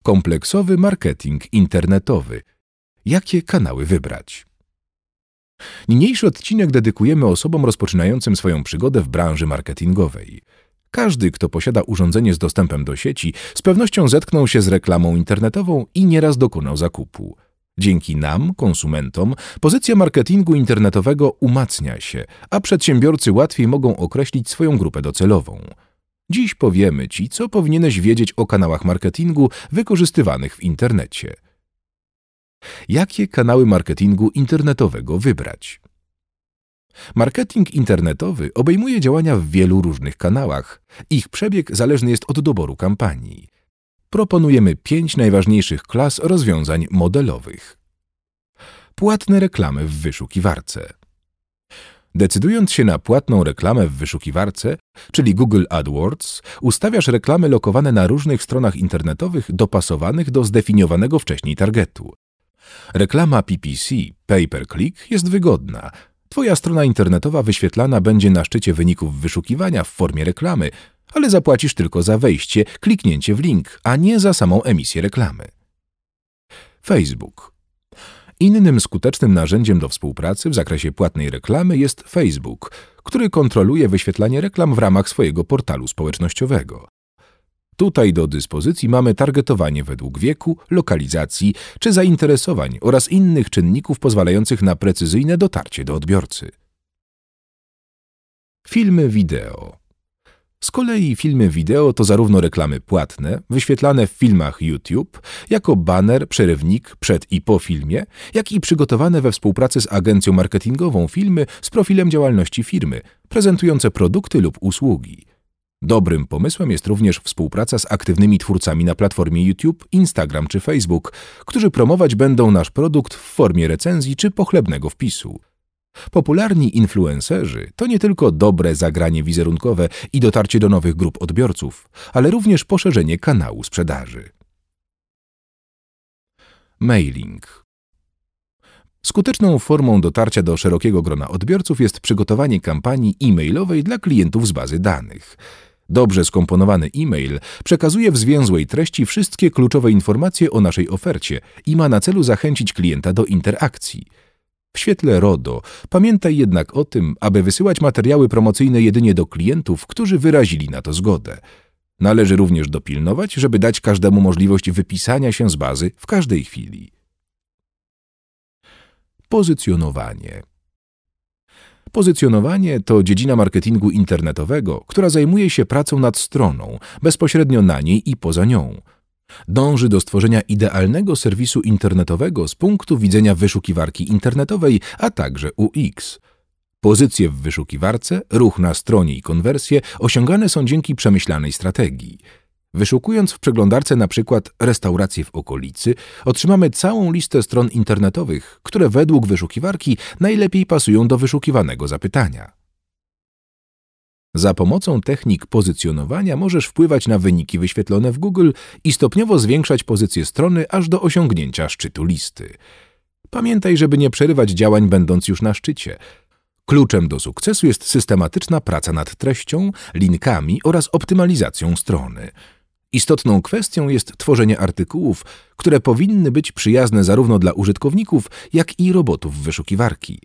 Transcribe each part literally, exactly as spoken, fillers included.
Kompleksowy marketing internetowy. Jakie kanały wybrać? Niniejszy odcinek dedykujemy osobom rozpoczynającym swoją przygodę w branży marketingowej. Każdy, kto posiada urządzenie z dostępem do sieci, z pewnością zetknął się z reklamą internetową i nieraz dokonał zakupu. Dzięki nam, konsumentom, pozycja marketingu internetowego umacnia się, a przedsiębiorcy łatwiej mogą określić swoją grupę docelową. Dziś powiemy Ci, co powinieneś wiedzieć o kanałach marketingu wykorzystywanych w internecie. Jakie kanały marketingu internetowego wybrać? Marketing internetowy obejmuje działania w wielu różnych kanałach. Ich przebieg zależny jest od doboru kampanii. Proponujemy pięć najważniejszych klas rozwiązań modelowych. Płatne reklamy w wyszukiwarce. Decydując się na płatną reklamę w wyszukiwarce, czyli Google AdWords, ustawiasz reklamy lokowane na różnych stronach internetowych dopasowanych do zdefiniowanego wcześniej targetu. Reklama P P C, Pay per Click, jest wygodna. Twoja strona internetowa wyświetlana będzie na szczycie wyników wyszukiwania w formie reklamy, ale zapłacisz tylko za wejście, kliknięcie w link, a nie za samą emisję reklamy. Facebook. Innym skutecznym narzędziem do współpracy w zakresie płatnej reklamy jest Facebook, który kontroluje wyświetlanie reklam w ramach swojego portalu społecznościowego. Tutaj do dyspozycji mamy targetowanie według wieku, lokalizacji czy zainteresowań oraz innych czynników pozwalających na precyzyjne dotarcie do odbiorcy. Filmy wideo. Z kolei filmy wideo to zarówno reklamy płatne, wyświetlane w filmach YouTube, jako baner, przerywnik przed i po filmie, jak i przygotowane we współpracy z agencją marketingową filmy z profilem działalności firmy, prezentujące produkty lub usługi. Dobrym pomysłem jest również współpraca z aktywnymi twórcami na platformie YouTube, Instagram czy Facebook, którzy promować będą nasz produkt w formie recenzji czy pochlebnego wpisu. Popularni influencerzy to nie tylko dobre zagranie wizerunkowe i dotarcie do nowych grup odbiorców, ale również poszerzenie kanału sprzedaży. Mailing. Skuteczną formą dotarcia do szerokiego grona odbiorców jest przygotowanie kampanii e-mailowej dla klientów z bazy danych. Dobrze skomponowany e-mail przekazuje w zwięzłej treści wszystkie kluczowe informacje o naszej ofercie i ma na celu zachęcić klienta do interakcji. W świetle RODO pamiętaj jednak o tym, aby wysyłać materiały promocyjne jedynie do klientów, którzy wyrazili na to zgodę. Należy również dopilnować, żeby dać każdemu możliwość wypisania się z bazy w każdej chwili. Pozycjonowanie. Pozycjonowanie to dziedzina marketingu internetowego, która zajmuje się pracą nad stroną, bezpośrednio na niej i poza nią. Dąży do stworzenia idealnego serwisu internetowego z punktu widzenia wyszukiwarki internetowej, a także U X. Pozycje w wyszukiwarce, ruch na stronie i konwersje osiągane są dzięki przemyślanej strategii. Wyszukując w przeglądarce na przykład restauracje w okolicy, otrzymamy całą listę stron internetowych, które według wyszukiwarki najlepiej pasują do wyszukiwanego zapytania. Za pomocą technik pozycjonowania możesz wpływać na wyniki wyświetlone w Google i stopniowo zwiększać pozycję strony aż do osiągnięcia szczytu listy. Pamiętaj, żeby nie przerywać działań będąc już na szczycie. Kluczem do sukcesu jest systematyczna praca nad treścią, linkami oraz optymalizacją strony. Istotną kwestią jest tworzenie artykułów, które powinny być przyjazne zarówno dla użytkowników, jak i robotów wyszukiwarki.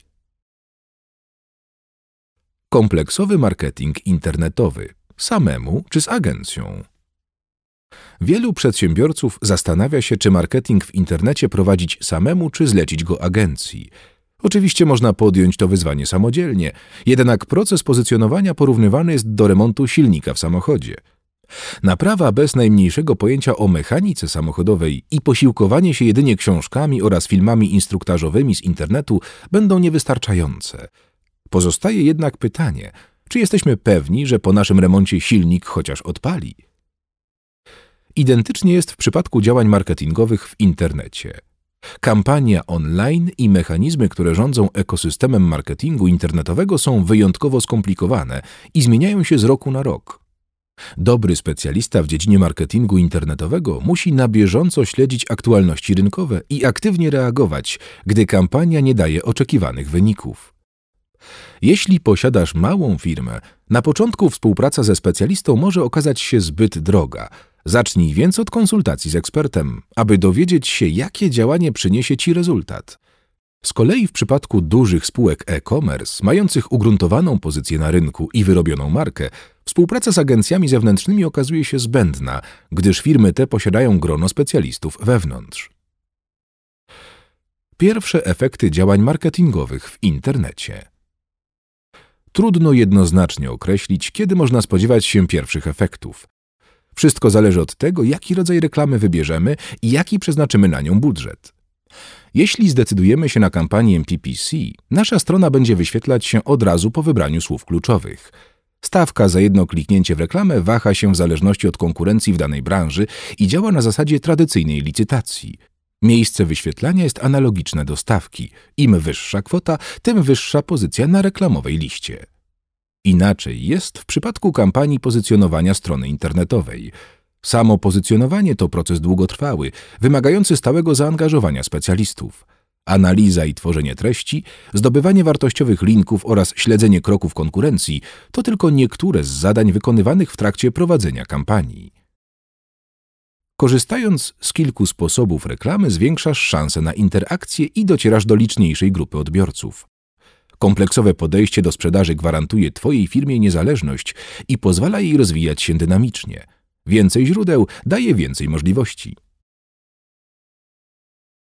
Kompleksowy marketing internetowy. Samemu czy z agencją? Wielu przedsiębiorców zastanawia się, czy marketing w internecie prowadzić samemu, czy zlecić go agencji. Oczywiście można podjąć to wyzwanie samodzielnie, jednak proces pozycjonowania porównywany jest do remontu silnika w samochodzie. Naprawa bez najmniejszego pojęcia o mechanice samochodowej i posiłkowanie się jedynie książkami oraz filmami instruktażowymi z internetu będą niewystarczające. Pozostaje jednak pytanie, czy jesteśmy pewni, że po naszym remoncie silnik chociaż odpali? Identycznie jest w przypadku działań marketingowych w internecie. Kampania online i mechanizmy, które rządzą ekosystemem marketingu internetowego, są wyjątkowo skomplikowane i zmieniają się z roku na rok. Dobry specjalista w dziedzinie marketingu internetowego musi na bieżąco śledzić aktualności rynkowe i aktywnie reagować, gdy kampania nie daje oczekiwanych wyników. Jeśli posiadasz małą firmę, na początku współpraca ze specjalistą może okazać się zbyt droga, Zacznij więc od konsultacji z ekspertem, aby dowiedzieć się, jakie działanie przyniesie Ci rezultat. Z kolei w przypadku dużych spółek e-commerce, mających ugruntowaną pozycję na rynku i wyrobioną markę, współpraca z agencjami zewnętrznymi okazuje się zbędna, gdyż firmy te posiadają grono specjalistów wewnątrz. Pierwsze efekty działań marketingowych w internecie. Trudno jednoznacznie określić, kiedy można spodziewać się pierwszych efektów. Wszystko zależy od tego, jaki rodzaj reklamy wybierzemy i jaki przeznaczymy na nią budżet. Jeśli zdecydujemy się na kampanię P P C, nasza strona będzie wyświetlać się od razu po wybraniu słów kluczowych. Stawka za jedno kliknięcie w reklamę waha się w zależności od konkurencji w danej branży i działa na zasadzie tradycyjnej licytacji. Miejsce wyświetlania jest analogiczne do stawki. Im wyższa kwota, tym wyższa pozycja na reklamowej liście. Inaczej jest w przypadku kampanii pozycjonowania strony internetowej. Samo pozycjonowanie to proces długotrwały, wymagający stałego zaangażowania specjalistów. Analiza i tworzenie treści, zdobywanie wartościowych linków oraz śledzenie kroków konkurencji to tylko niektóre z zadań wykonywanych w trakcie prowadzenia kampanii. Korzystając z kilku sposobów reklamy, zwiększasz szanse na interakcję i docierasz do liczniejszej grupy odbiorców. Kompleksowe podejście do sprzedaży gwarantuje Twojej firmie niezależność i pozwala jej rozwijać się dynamicznie. Więcej źródeł daje więcej możliwości.